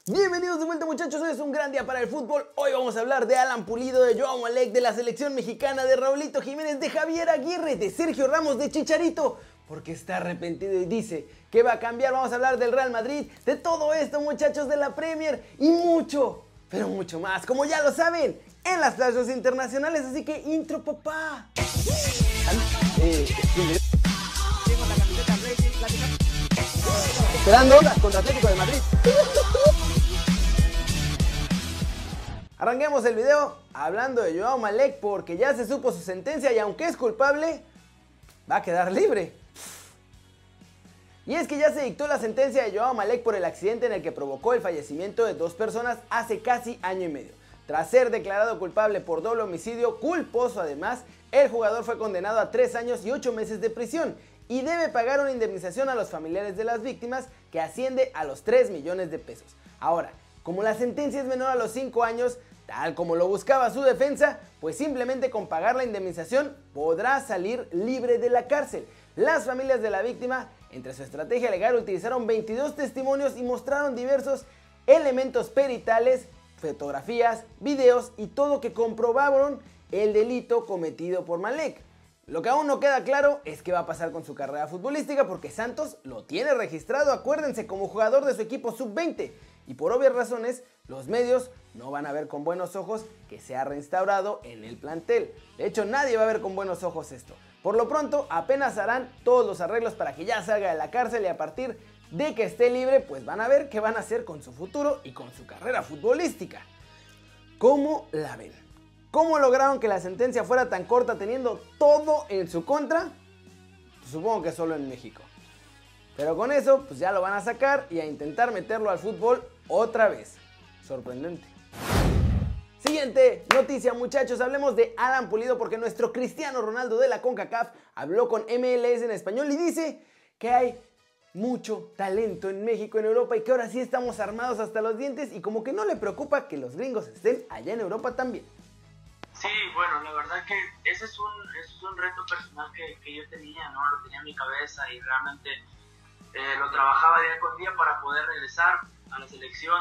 Bienvenidos de vuelta, muchachos, hoy es un gran día para el fútbol. Hoy vamos a hablar de Alan Pulido, de Joao Malek, de la selección mexicana, de Raulito Jiménez, de Javier Aguirre, de Sergio Ramos, de Chicharito, porque está arrepentido y dice que va a cambiar. Vamos a hablar del Real Madrid, de todo esto, muchachos, de la Premier y mucho, pero mucho más, como ya lo saben, en las plazas internacionales. Así que intro, papá. Esperando contra Atlético de Madrid. Arranquemos el video hablando de Joao Malek porque ya se supo su sentencia y aunque es culpable, va a quedar libre. Y es que ya se dictó la sentencia de Joao Malek por el accidente en el que provocó el fallecimiento de 2 personas hace casi año y medio. Tras ser declarado culpable por doble homicidio culposo además, el jugador fue condenado a 3 años y 8 meses de prisión y debe pagar una indemnización a los familiares de las víctimas que asciende a los 3 millones de pesos. Ahora, como la sentencia es menor a los 5 años, tal como lo buscaba su defensa, pues simplemente con pagar la indemnización podrá salir libre de la cárcel. Las familias de la víctima, entre su estrategia legal, utilizaron 22 testimonios y mostraron diversos elementos peritales, fotografías, videos y todo que comprobaron el delito cometido por Malek. Lo que aún no queda claro es qué va a pasar con su carrera futbolística porque Santos lo tiene registrado, acuérdense, como jugador de su equipo sub-20 y por obvias razones los medios no van a ver con buenos ojos que se ha reinstaurado en el plantel. De hecho, nadie va a ver con buenos ojos esto. Por lo pronto, apenas harán todos los arreglos para que ya salga de la cárcel y a partir de que esté libre, pues van a ver qué van a hacer con su futuro y con su carrera futbolística. ¿Cómo la ven? ¿Cómo lograron que la sentencia fuera tan corta teniendo todo en su contra? Pues supongo que solo en México. Pero con eso, pues ya lo van a sacar y a intentar meterlo al fútbol otra vez. Sorprendente. Siguiente noticia, muchachos, hablemos de Alan Pulido porque nuestro Cristiano Ronaldo de la CONCACAF habló con MLS en español y dice que hay mucho talento en México, en Europa y que ahora sí estamos armados hasta los dientes y como que no le preocupa que los gringos estén allá en Europa también. Sí, bueno, la verdad que ese es un reto personal que yo tenía, ¿no? Lo tenía en mi cabeza y realmente lo trabajaba día con día para poder regresar a la selección.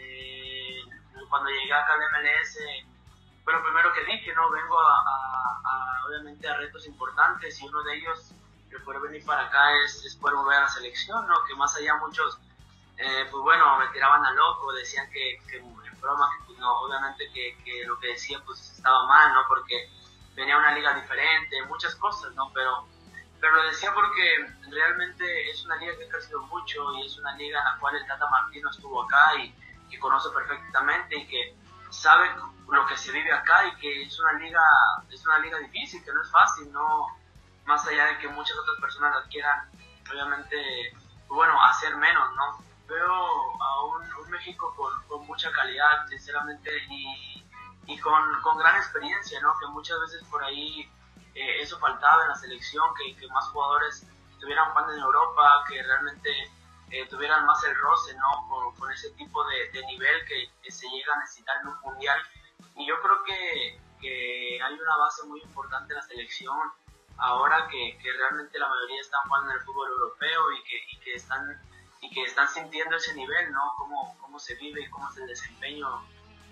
Cuando llegué acá al MLS, fue lo primero que dije, ¿no? Vengo obviamente a retos importantes y uno de ellos, el poder venir para acá es poder volver a la selección, ¿no? Que más allá muchos, pues bueno, me tiraban a loco, decían que en broma, que pues no, obviamente que lo que decía pues estaba mal, ¿no? Porque venía una liga diferente, muchas cosas, ¿no? Pero lo decía porque realmente es una liga que ha crecido mucho y es una liga en la cual el Tata Martino estuvo acá y que conoce perfectamente y que sabe lo que se vive acá y que es una liga difícil, que no es fácil, ¿no? Más allá de que muchas otras personas la quieran, obviamente, bueno, hacer menos, ¿no? Veo a un México con mucha calidad, sinceramente, y con gran experiencia, ¿no? Que muchas veces por ahí eso faltaba en la selección, que más jugadores estuvieran jugando en Europa, que realmente tuvieran más el roce, ¿no? Con ese tipo de nivel que se llega a necesitar en un mundial. Y yo creo que hay una base muy importante en la selección ahora que realmente la mayoría están jugando en el fútbol europeo y que están sintiendo ese nivel, ¿no? Cómo se vive y cómo es el desempeño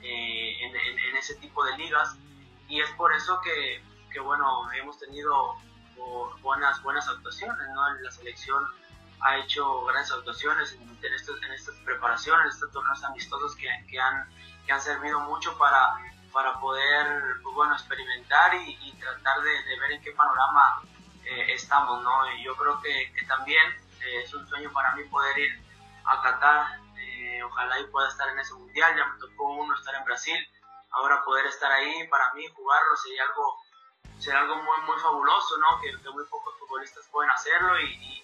en ese tipo de ligas. Y es por eso que bueno, hemos tenido buenas actuaciones, ¿no? La selección ha hecho grandes actuaciones en estas preparaciones, en estos torneos amistosos que han servido mucho para poder, pues bueno, experimentar y tratar de ver en qué panorama estamos, ¿no? Y yo creo que también es un sueño para mí poder ir a Qatar, ojalá y pueda estar en ese mundial. Ya me tocó estar en Brasil, ahora poder estar ahí, para mí jugarlo sería algo muy, muy fabuloso, ¿no? Que muy pocos futbolistas pueden hacerlo y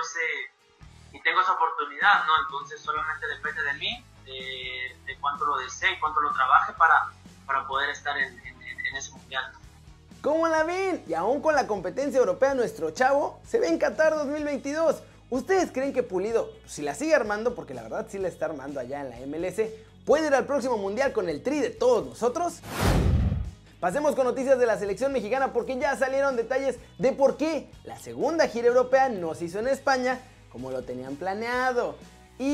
tengo esa oportunidad, ¿no? Entonces solamente depende de mí, de cuánto lo desee y cuánto lo trabaje para poder estar en ese mundial. ¿Cómo la ven? Y aún con la competencia europea, nuestro chavo se ve en Qatar 2022. ¿Ustedes creen que Pulido, si la sigue armando, porque la verdad sí la está armando allá en la MLS, puede ir al próximo mundial con el tri de todos nosotros? Pasemos con noticias de la selección mexicana porque ya salieron detalles de por qué la segunda gira europea no se hizo en España como lo tenían planeado. Y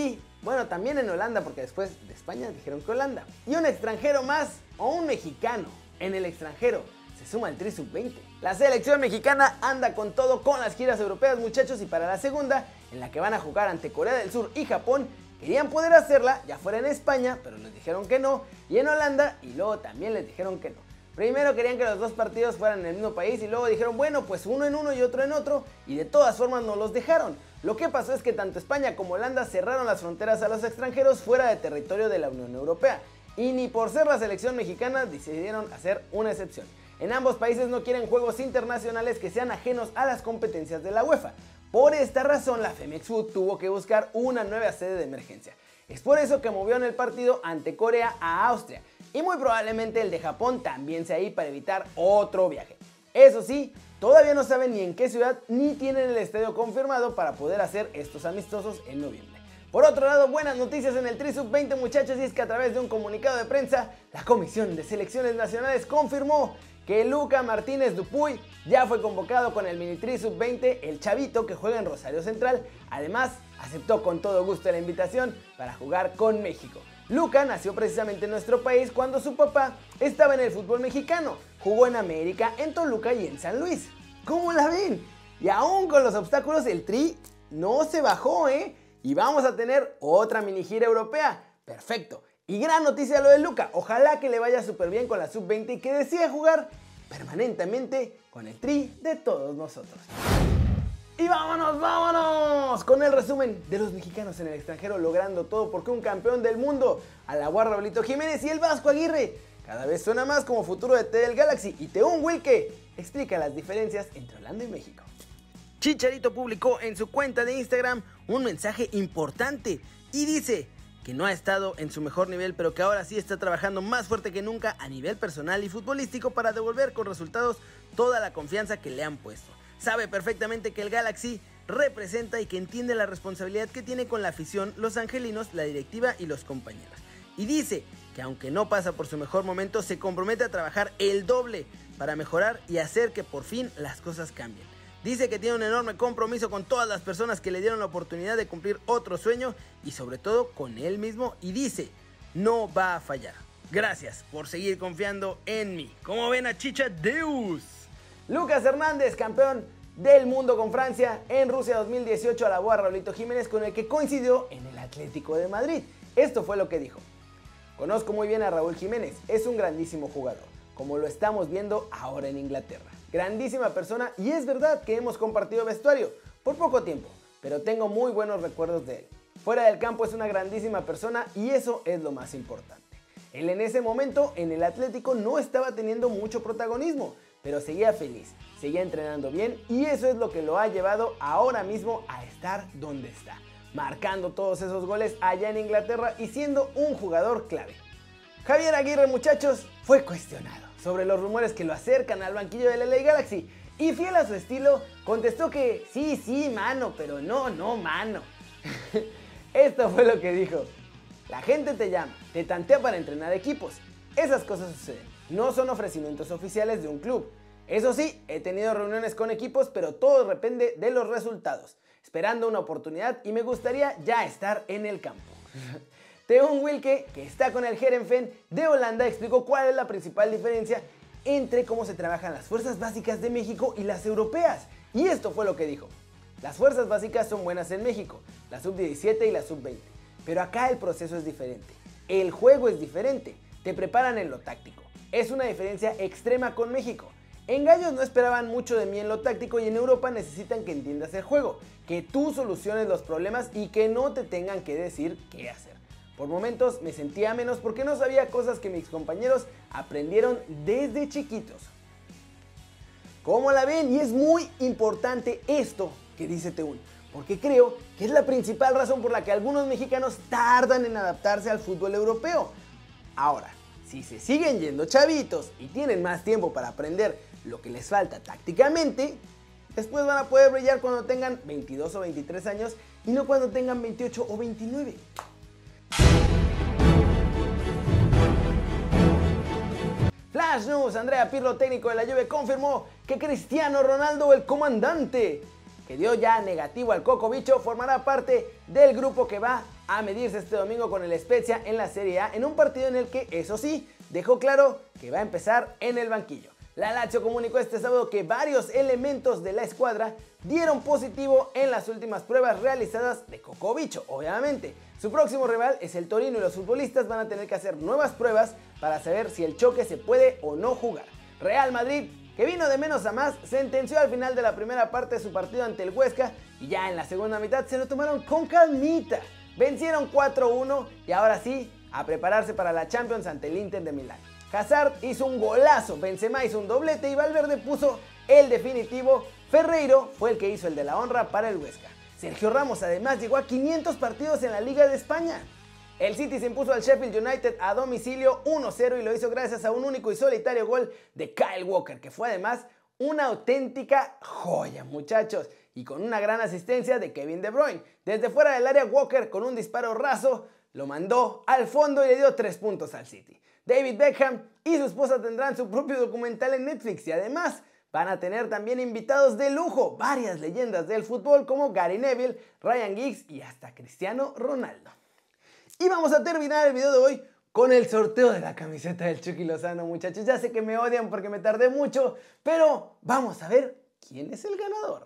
Bueno, también en Holanda, porque después de España dijeron que Holanda. Y un extranjero más o un mexicano en el extranjero se suma al Tri Sub-20. La selección mexicana anda con todo con las giras europeas, muchachos, y para la segunda, en la que van a jugar ante Corea del Sur y Japón, querían poder hacerla ya fuera en España, pero les dijeron que no, y en Holanda, y luego también les dijeron que no. Primero querían que los dos partidos fueran en el mismo país y luego dijeron, bueno, pues uno en uno y otro en otro, y de todas formas no los dejaron. Lo que pasó es que tanto España como Holanda cerraron las fronteras a los extranjeros fuera de territorio de la Unión Europea, y ni por ser la selección mexicana decidieron hacer una excepción. En ambos países no quieren juegos internacionales que sean ajenos a las competencias de la UEFA. Por esta razón, la Femex Food tuvo que buscar una nueva sede de emergencia. Es por eso que movieron el partido ante Corea a Austria, y muy probablemente el de Japón también sea ahí para evitar otro viaje. Eso sí, todavía no saben ni en qué ciudad ni tienen el estadio confirmado para poder hacer estos amistosos en noviembre. Por otro lado, buenas noticias en el Tri Sub-20, muchachos, y es que a través de un comunicado de prensa, la Comisión de Selecciones Nacionales confirmó que Luca Martínez Dupuy ya fue convocado con el Mini Tri Sub-20, el chavito que juega en Rosario Central. Además, aceptó con todo gusto la invitación para jugar con México. Luca nació precisamente en nuestro país cuando su papá estaba en el fútbol mexicano. Jugó en América, en Toluca y en San Luis. ¿Cómo la ven? Y aún con los obstáculos, el Tri no se bajó, ¿eh? Y vamos a tener otra mini gira europea. Perfecto. Y gran noticia lo de Luca. Ojalá que le vaya súper bien con la Sub-20 y que decida jugar permanentemente con el Tri de todos nosotros. Y vámonos con el resumen de los mexicanos en el extranjero logrando todo, porque un campeón del mundo, Alaguar Raulito Jiménez y el Vasco Aguirre, cada vez suena más como futuro de del Galaxy, y Teun Wilke explica las diferencias entre Holanda y México. Chicharito publicó en su cuenta de Instagram un mensaje importante y dice que no ha estado en su mejor nivel, pero que ahora sí está trabajando más fuerte que nunca a nivel personal y futbolístico para devolver con resultados toda la confianza que le han puesto. Sabe perfectamente que el Galaxy representa y que entiende la responsabilidad que tiene con la afición, los angelinos, la directiva y los compañeros. Y dice que aunque no pasa por su mejor momento, se compromete a trabajar el doble para mejorar y hacer que por fin las cosas cambien. Dice que tiene un enorme compromiso con todas las personas que le dieron la oportunidad de cumplir otro sueño y sobre todo con él mismo, y dice, no va a fallar. Gracias por seguir confiando en mí. ¿Cómo ven a Chicha Deus? Lucas Hernández, campeón del mundo con Francia en Rusia 2018, alabó a Raulito Jiménez, con el que coincidió en el Atlético de Madrid. Esto fue lo que dijo. Conozco muy bien a Raúl Jiménez, es un grandísimo jugador, como lo estamos viendo ahora en Inglaterra. Grandísima persona, y es verdad que hemos compartido vestuario por poco tiempo, pero tengo muy buenos recuerdos de él. Fuera del campo es una grandísima persona y eso es lo más importante. Él en ese momento en el Atlético no estaba teniendo mucho protagonismo, pero seguía feliz, seguía entrenando bien y eso es lo que lo ha llevado ahora mismo a estar donde está, marcando todos esos goles allá en Inglaterra y siendo un jugador clave. Javier Aguirre, muchachos, fue cuestionado sobre los rumores que lo acercan al banquillo del LA Galaxy y fiel a su estilo contestó que sí, mano, pero no, mano. Esto fue lo que dijo. La gente te llama, te tantea para entrenar equipos. Esas cosas suceden, no son ofrecimientos oficiales de un club. Eso sí, he tenido reuniones con equipos, pero todo depende de los resultados, esperando una oportunidad y me gustaría ya estar en el campo. Teun Wilke, que está con el Heerenveen de Holanda, explicó cuál es la principal diferencia entre cómo se trabajan las fuerzas básicas de México y las europeas. Y esto fue lo que dijo. Las fuerzas básicas son buenas en México, la sub-17 y la sub-20. Pero acá el proceso es diferente. El juego es diferente. Te preparan en lo táctico. Es una diferencia extrema con México. En Gallos no esperaban mucho de mí en lo táctico y en Europa necesitan que entiendas el juego, que tú soluciones los problemas y que no te tengan que decir qué hacer. Por momentos me sentía menos porque no sabía cosas que mis compañeros aprendieron desde chiquitos. ¿Cómo la ven? Y es muy importante esto que dice Teun, porque creo que es la principal razón por la que algunos mexicanos tardan en adaptarse al fútbol europeo. Ahora, si se siguen yendo chavitos y tienen más tiempo para aprender lo que les falta tácticamente, después van a poder brillar cuando tengan 22 o 23 años y no cuando tengan 28 o 29. Flash News, Andrea Pirlo, técnico de la Juve, confirmó que Cristiano Ronaldo, el comandante, que dio ya negativo al cocobicho, formará parte del grupo que va a medirse este domingo con el Spezia en la Serie A en un partido en el que, eso sí, dejó claro que va a empezar en el banquillo. La Lazio comunicó este sábado que varios elementos de la escuadra dieron positivo en las últimas pruebas realizadas de Cocobicho, obviamente. Su próximo rival es el Torino y los futbolistas van a tener que hacer nuevas pruebas para saber si el choque se puede o no jugar. Real Madrid, que vino de menos a más, sentenció al final de la primera parte de su partido ante el Huesca y ya en la segunda mitad se lo tomaron con calmita. Vencieron 4-1 y ahora sí, a prepararse para la Champions ante el Inter de Milán. Hazard hizo un golazo, Benzema hizo un doblete y Valverde puso el definitivo. Ferreiro fue el que hizo el de la honra para el Huesca. Sergio Ramos además llegó a 500 partidos en la Liga de España. El City se impuso al Sheffield United a domicilio 1-0 y lo hizo gracias a un único y solitario gol de Kyle Walker, que fue además una auténtica joya, muchachos, y con una gran asistencia de Kevin De Bruyne. Desde fuera del área, Walker con un disparo raso lo mandó al fondo y le dio 3 puntos al City. David Beckham y su esposa tendrán su propio documental en Netflix y además van a tener también invitados de lujo, varias leyendas del fútbol como Gary Neville, Ryan Giggs y hasta Cristiano Ronaldo. Y vamos a terminar el video de hoy con el sorteo de la camiseta del Chucky Lozano, muchachos. Ya sé que me odian porque me tardé mucho, pero vamos a ver quién es el ganador.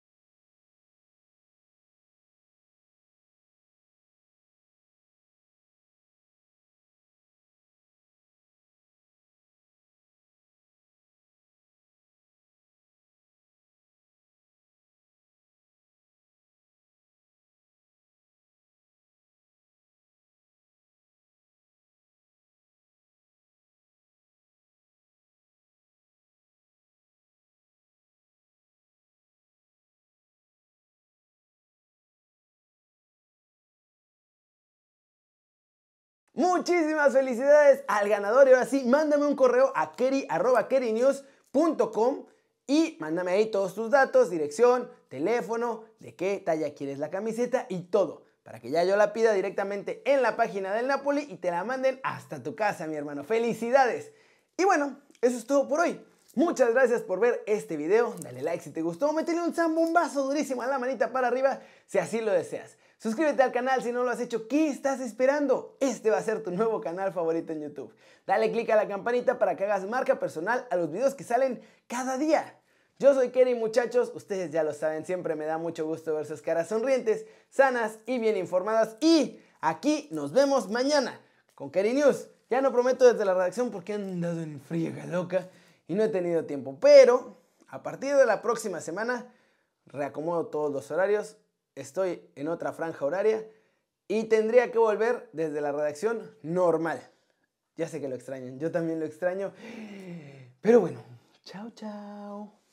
Muchísimas felicidades al ganador y ahora sí, mándame un correo a keri@kerinews.com y mándame ahí todos tus datos, dirección, teléfono, de qué talla quieres la camiseta y todo, para que ya yo la pida directamente en la página del Napoli y te la manden hasta tu casa, mi hermano. ¡Felicidades! Y bueno, eso es todo por hoy. Muchas gracias por ver este video, dale like si te gustó, métele un zambombazo durísimo a la manita para arriba si así lo deseas. Suscríbete al canal si no lo has hecho, ¿qué estás esperando? Este va a ser tu nuevo canal favorito en YouTube. Dale click a la campanita para que hagas marca personal a los videos que salen cada día. Yo soy Keri, muchachos, ustedes ya lo saben, siempre me da mucho gusto ver sus caras sonrientes, sanas y bien informadas. Y aquí nos vemos mañana con Keri News. Ya no prometo desde la redacción porque he andado en friega loca y no he tenido tiempo, pero a partir de la próxima semana reacomodo todos los horarios, estoy en otra franja horaria y tendría que volver desde la redacción normal. Ya sé que lo extrañan, yo también lo extraño, pero bueno, chao chao.